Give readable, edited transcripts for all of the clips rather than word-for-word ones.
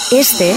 Este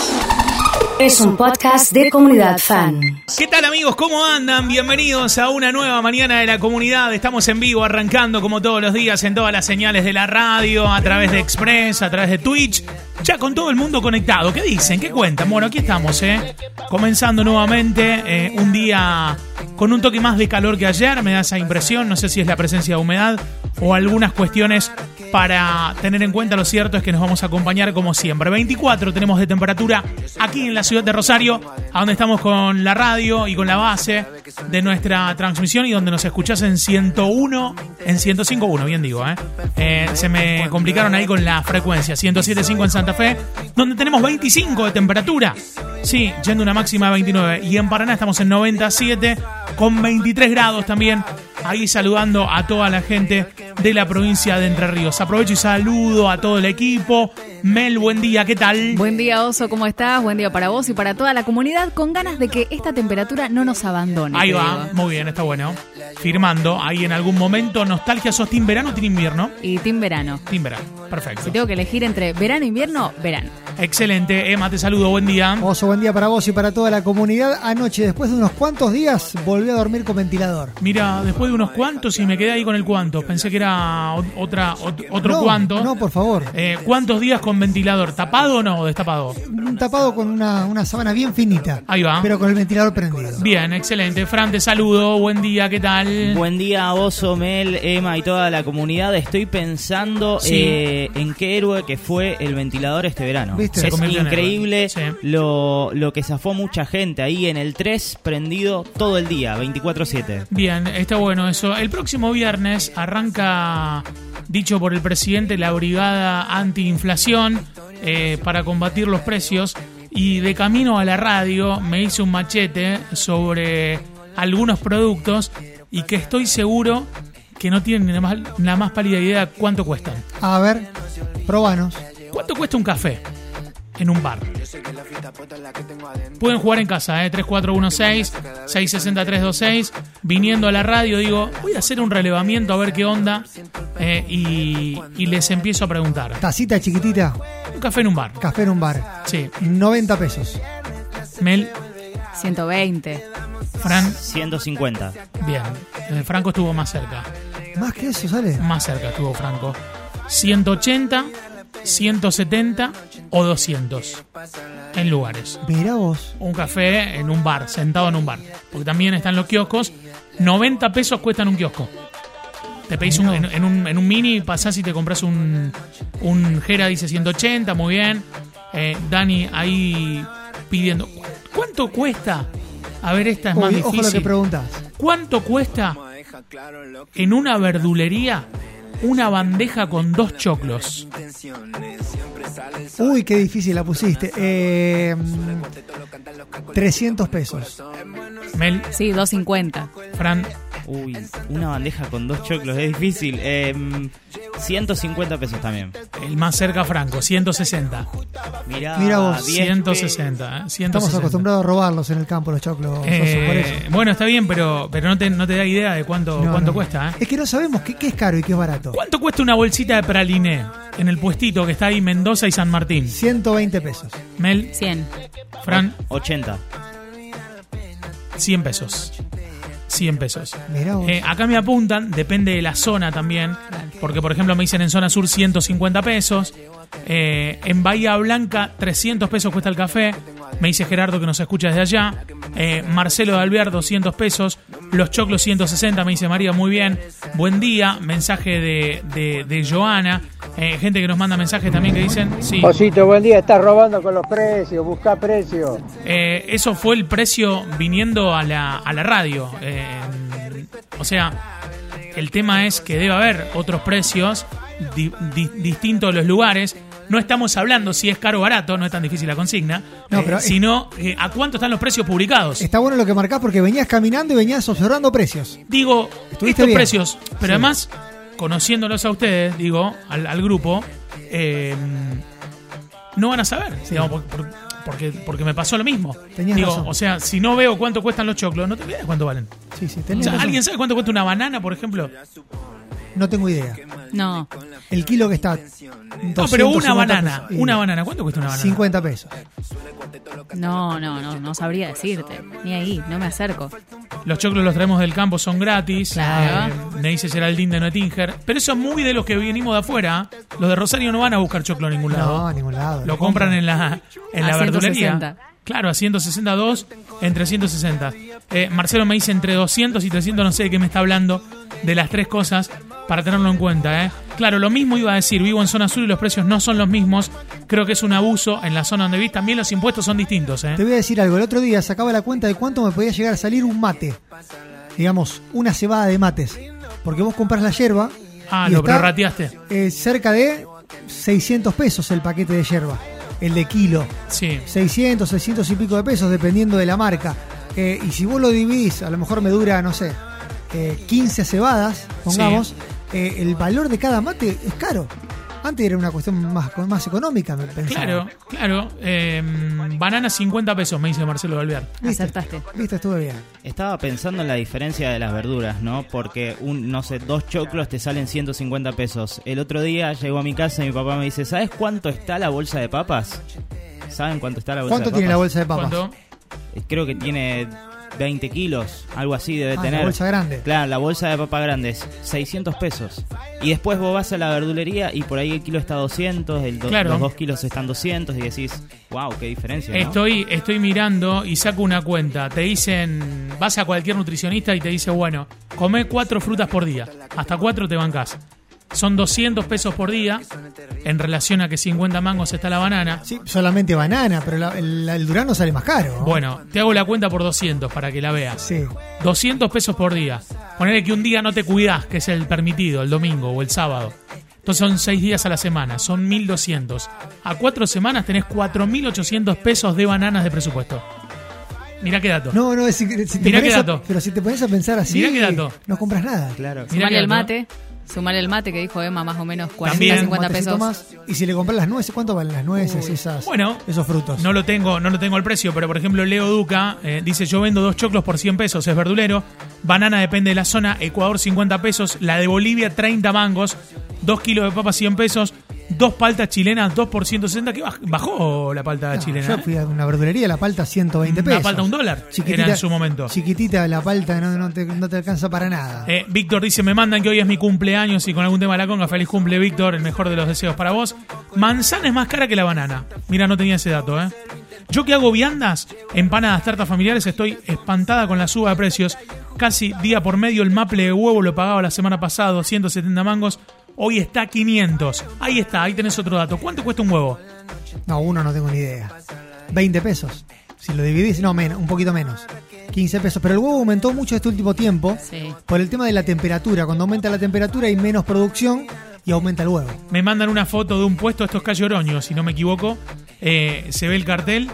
es un podcast de Comunidad Fan. ¿Qué tal, amigos? ¿Cómo andan? Bienvenidos a una nueva mañana de la comunidad. Estamos en vivo, arrancando como todos los días en todas las señales de la radio, a través de Express, a través de Twitch, ya con todo el mundo conectado. ¿Qué dicen? ¿Qué cuentan? Bueno, aquí estamos, comenzando nuevamente un día con un toque más de calor que ayer, me da esa impresión. No sé si es la presencia de humedad o algunas cuestiones para tener en cuenta. Lo cierto es que nos vamos a acompañar como siempre. 24 tenemos de temperatura aquí en la ciudad de Rosario, a donde estamos con la radio y con la base de nuestra transmisión, y donde nos escuchás en 101, en 105.1, bien digo, se me complicaron ahí con la frecuencia. 107.5 en Santa Fe, donde tenemos 25 de temperatura. Sí, yendo una máxima de 29. Y en Paraná estamos en 97, con 23 grados también. Ahí saludando a toda la gente de la provincia de Entre Ríos. Aprovecho y saludo a todo el equipo. Mel, buen día, ¿qué tal? Buen día, Oso, ¿cómo estás? Buen día para vos y para toda la comunidad, con ganas de que esta temperatura no nos abandone. Ahí va, muy bien, está bueno. Firmando, ahí en algún momento, nostalgia, ¿sos team verano o team invierno? Y team verano. Team verano, perfecto. Si tengo que elegir entre verano e invierno, verano. Excelente, Emma, te saludo, buen día. Oso, buen día para vos y para toda la comunidad. Anoche, después de unos cuantos días, volví a dormir con ventilador. Mira, después de unos cuantos y me quedé ahí con el cuánto. Pensé que era otro cuánto. No, por favor. ¿Cuántos días con ventilador? ¿Tapado o no? ¿O destapado? Tapado con una sábana bien finita. Ahí va. Pero con el ventilador prendido. Bien, excelente. Fran, te saludo. Buen día, ¿qué tal? Buen día, Oso, Mel, Emma y toda la comunidad. Estoy pensando en qué héroe que fue el ventilador este verano. ¿Viste? Es increíble lo que zafó mucha gente ahí en el 3 prendido todo el día, 24/7. Bien, está bueno eso. El próximo viernes arranca, dicho por el presidente, la brigada antiinflación para combatir los precios. Y de camino a la radio me hice un machete sobre algunos productos y que estoy seguro que no tienen la más pálida idea de cuánto cuestan. A ver, probanos. ¿Cuánto cuesta un café en un bar? Pueden jugar en casa, 3416-660-326. Viniendo a la radio digo, voy a hacer un relevamiento a ver qué onda, y les empiezo a preguntar. Tacita chiquitita. Un café en un bar. Café en un bar. Sí. 90 pesos. Mel. 120. Fran. 150. Bien. Franco estuvo más cerca. ¿Más que eso sale? Más cerca estuvo Franco. 180, 170 o 200 en lugares. Mirá vos. Un café en un bar, sentado en un bar. Porque también están los kioscos. 90 pesos cuestan un kiosco. Te pedís en un mini, pasás y te compras un Gera, dice 180, muy bien. Dani ahí pidiendo. ¿Cuánto cuesta? A ver, esta es más difícil. Ojo lo que preguntás. ¿Cuánto cuesta en una verdulería una bandeja con 2 choclos? Uy, qué difícil la pusiste. 300 pesos. Mel. Sí, 250. Fran. Uy, una bandeja con 2 choclos, es difícil. 150 pesos también. El más cerca, Franco, 160. Mirá vos. 160. Estamos acostumbrados a robarlos en el campo, los choclos. Por eso. Bueno, está bien, pero no te da idea de cuánto cuesta. Es que no sabemos qué es caro y qué es barato. ¿Cuánto cuesta una bolsita de praliné en el puestito que está ahí Mendoza y San Martín? 120 pesos. Mel. 100. Fran. 80. 100 pesos. 100 pesos. Mirá vos. Acá me apuntan, depende de la zona también, porque por ejemplo me dicen en zona sur 150 pesos, en Bahía Blanca 300 pesos cuesta el café, me dice Gerardo que nos escucha desde allá, Marcelo de Alvear 200 pesos, los choclos 160, me dice María, muy bien, buen día, mensaje de Joana, gente que nos manda mensajes también que dicen, sí. Osito, buen día, estás robando con los precios, busca precios. Eso fue el precio viniendo a la radio, o sea, el tema es que debe haber otros precios distintos de los lugares. No estamos hablando si es caro o barato, no es tan difícil la consigna, sino a cuánto están los precios publicados. Está bueno lo que marcás porque venías caminando y venías observando precios. Digo, estos bien. Precios, pero sí. Además, conociéndolos a ustedes, digo, al grupo, no van a saber, sí. Digamos, porque me pasó lo mismo. Tenías razón. O sea, si no veo cuánto cuestan los choclos, no te olvides cuánto valen. Sí, O sea, ¿alguien sabe cuánto cuesta una banana, por ejemplo? No tengo idea. No. El kilo que está... No, pero una banana. Pesos. Una banana. ¿Cuánto cuesta una banana? 50 pesos. No sabría decirte. Ni ahí, no me acerco. Los choclos los traemos del campo, son gratis. Claro. Me dice Geraldine de Noetinger. Pero eso es muy de los que venimos de afuera. Los de Rosario no van a buscar choclo a ningún lado. No, a ningún lado. Lo compran en la verdulería. 160. Claro, a 162, en 360. Marcelo me dice entre 200 y 300, no sé de qué me está hablando, de las tres cosas, para tenerlo en cuenta. Claro, lo mismo iba a decir, vivo en zona sur y los precios no son los mismos. Creo que es un abuso en la zona donde vivís. También los impuestos son distintos. Te voy a decir algo, el otro día sacaba la cuenta de cuánto me podía llegar a salir un mate. Digamos, una cebada de mates. Porque vos comprás la yerba. Y lo prorrateaste. Cerca de 600 pesos el paquete de yerba. El de kilo. Sí. 600, 600 y pico de pesos, dependiendo de la marca. Y si vos lo dividís, a lo mejor me dura, no sé, 15 cebadas, pongamos, el valor de cada mate es caro. Antes era una cuestión más económica, me pensaba. Claro. Banana 50 pesos, me dice Marcelo Galviar. Acertaste. Viste, estuve bien. Estaba pensando en la diferencia de las verduras, ¿no? Porque, dos choclos te salen 150 pesos. El otro día llegó a mi casa y mi papá me dice, ¿sabes cuánto está la bolsa de papas? ¿Saben cuánto está la bolsa de papas? ¿Cuánto tiene la bolsa de papas? ¿Cuánto? Creo que tiene 20 kilos, algo así debe tener. La bolsa grande. Claro, la bolsa de papa grande es 600 pesos. Y después vos vas a la verdulería y por ahí el kilo está 200, los 2 kilos están 200 y decís, wow, qué diferencia, ¿no? Estoy mirando y saco una cuenta. Te dicen, vas a cualquier nutricionista y te dice, bueno, come 4 frutas por día. Hasta 4 te bancás. Son 200 pesos por día en relación a que 50 mangos está la banana. Sí, solamente banana, pero el durazno sale más caro, ¿no? Bueno, te hago la cuenta por 200 para que la veas. Sí. 200 pesos por día. Ponele que un día no te cuidás, que es el permitido, el domingo o el sábado. Entonces son 6 días a la semana, son 1.200. A 4 semanas tenés 4.800 pesos de bananas de presupuesto. Mirá qué dato. No, Mirá qué dato. Pero si te pones a pensar así, mirá qué dato. No compras nada. Claro. Sumale el mate. Sumar el mate que dijo Emma, más o menos 40, También, 50 pesos. Más. Y si le compras las nueces, ¿cuánto valen las nueces? Esos frutos. No lo tengo el precio, pero por ejemplo Leo Duca dice, yo vendo 2 choclos por 100 pesos, es verdulero. Banana depende de la zona, Ecuador 50 pesos, la de Bolivia 30 mangos, 2 kilos de papas 100 pesos, 2 paltas chilenas 2 por 160, que bajó la palta chilena. Yo fui a una verdulería, la palta 120 pesos. La palta $1, era en su momento. Chiquitita la palta, no te alcanza para nada. Víctor dice, me mandan que hoy es mi cumpleaños y con algún tema de la conga, feliz cumple Víctor, el mejor de los deseos para vos. Manzana es más cara que la banana. Mira, no tenía ese dato, Yo que hago viandas, empanadas, tartas familiares, estoy espantada con la suba de precios. Casi día por medio el maple de huevo lo pagaba la semana pasada, 270 mangos. Hoy está 500. Ahí está, ahí tenés otro dato. ¿Cuánto cuesta un huevo? No, no tengo ni idea. 20 pesos. Si lo dividís, un poquito menos. 15 pesos. Pero el huevo aumentó mucho este último tiempo. Sí. Por el tema de la temperatura. Cuando aumenta la temperatura hay menos producción y aumenta el huevo. Me mandan una foto de un puesto, esto es Calle Oroño, si no me equivoco. Se ve el cartel.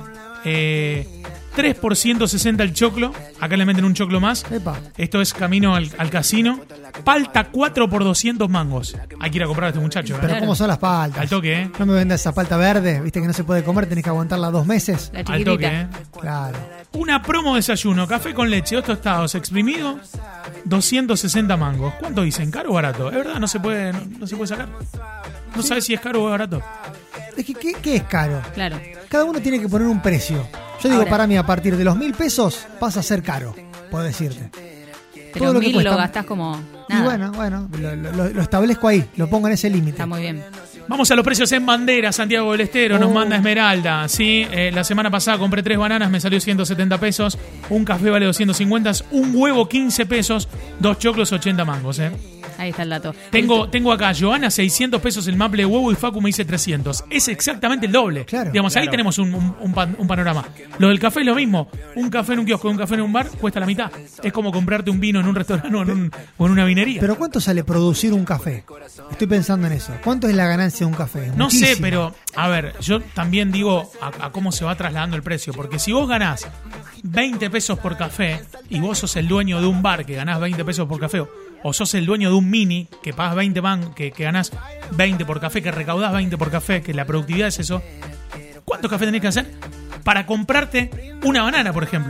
3 por 160 el choclo. Acá le meten un choclo más. Epa. Esto es camino al casino. Palta 4 por 200 mangos. Hay que ir a comprar a este muchacho. Pero ¿cómo son las paltas? Al toque, No me vendas esa palta verde, viste que no se puede comer, tenés que aguantarla 2 meses. La Al chiquitita. toque, Claro. Una promo desayuno, café con leche, 2 tostados, exprimido, 260 mangos. ¿Cuánto dicen? ¿Caro o barato? Es verdad, no se puede sacar. No sabes si es caro o es barato. Es que, ¿qué es caro? Claro. Cada uno tiene que poner un precio. Yo digo, Ahora, para mí, a partir de los 1.000 pesos pasa a ser caro, puedo decirte. Pero Todo lo que 1.000 cuesta. lo gastás como Y nada. bueno, lo establezco ahí, lo pongo en ese límite. Está muy bien. Vamos a los precios en bandera, Santiago del Estero, nos manda Esmeralda, ¿sí? La semana pasada compré 3 bananas, me salió 170 pesos, un café vale 250, un huevo 15 pesos, 2 choclos 80 mangos, Ahí está el dato. Tengo acá, Joana, 600 pesos el maple de huevo y Facu me dice 300. Es exactamente el doble. Claro. Digamos, ahí tenemos un panorama. Lo del café es lo mismo. Un café en un kiosco y un café en un bar cuesta la mitad. Es como comprarte un vino en un restaurante o en una vinería. Pero ¿cuánto sale producir un café? Estoy pensando en eso. ¿Cuánto es la ganancia de un café? No sé, Muchísimo. pero, a ver, yo también digo a cómo se va trasladando el precio. Porque si vos ganás 20 pesos por café y vos sos el dueño de un bar que ganás 20 pesos por café, o sos el dueño de un mini que pagas 20 que ganás 20 por café, que recaudás 20 por café, que la productividad es eso, ¿cuántos cafés tenés que hacer para comprarte una banana, por ejemplo?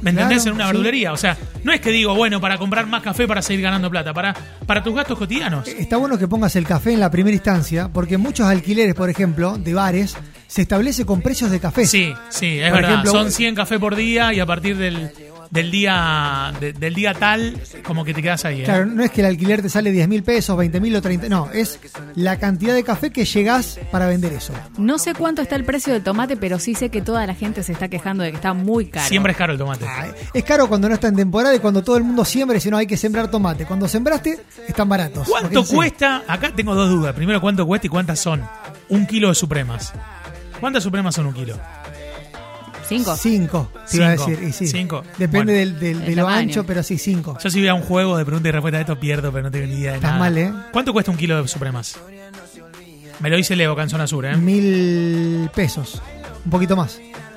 ¿Me entendés? Claro, En una sí. verdulería. O sea, no es que digo, bueno, para comprar más café para seguir ganando plata. Para tus gastos cotidianos. Está bueno que pongas el café en la primera instancia, porque en muchos alquileres, por ejemplo, de bares, se establece con precios de café. Sí, es Por verdad. ejemplo, Son 100 café por día y a partir del día tal, como que te quedas ahí. Claro, no es que el alquiler te sale 10.000 pesos, 20.000 o 30. No, es la cantidad de café que llegás para vender eso. No sé cuánto está el precio del tomate, pero sí sé que toda la gente se está quejando de que está muy caro. Siempre es caro el tomate. Es caro cuando no está en temporada y cuando todo el mundo siembra y si no hay que sembrar tomate. Cuando sembraste, están baratos. ¿Cuánto Porque, cuesta? Acá tengo dos dudas. Primero, ¿cuánto cuesta y cuántas son? 1 kilo de supremas. ¿Cuántas supremas son 1 kilo? 5. 5, te iba a Cinco. decir. Y sí. Cinco. Depende Bueno. de El lo tamaño. ancho, pero sí, 5. Yo si voy a un juego de pregunta y respuesta de esto pierdo, pero no tengo ni idea de Estás nada. mal, ¿eh? ¿Cuánto cuesta 1 kilo de supremas? Me lo dice Leo, Canzona Sur, 1.000 pesos. Un poquito más.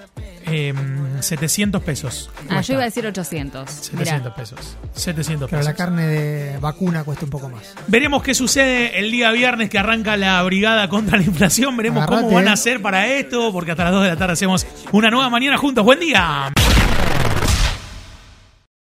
700 pesos. Yo cuesta. iba a decir 800. 700 Mirá. pesos. 700 Pero pesos. la carne de vacuna cuesta un poco más. Veremos qué sucede el día viernes que arranca la brigada contra la inflación. Veremos Agarrate, cómo van a hacer para esto, porque hasta las 2 de la tarde hacemos una nueva mañana juntos. ¡Buen día!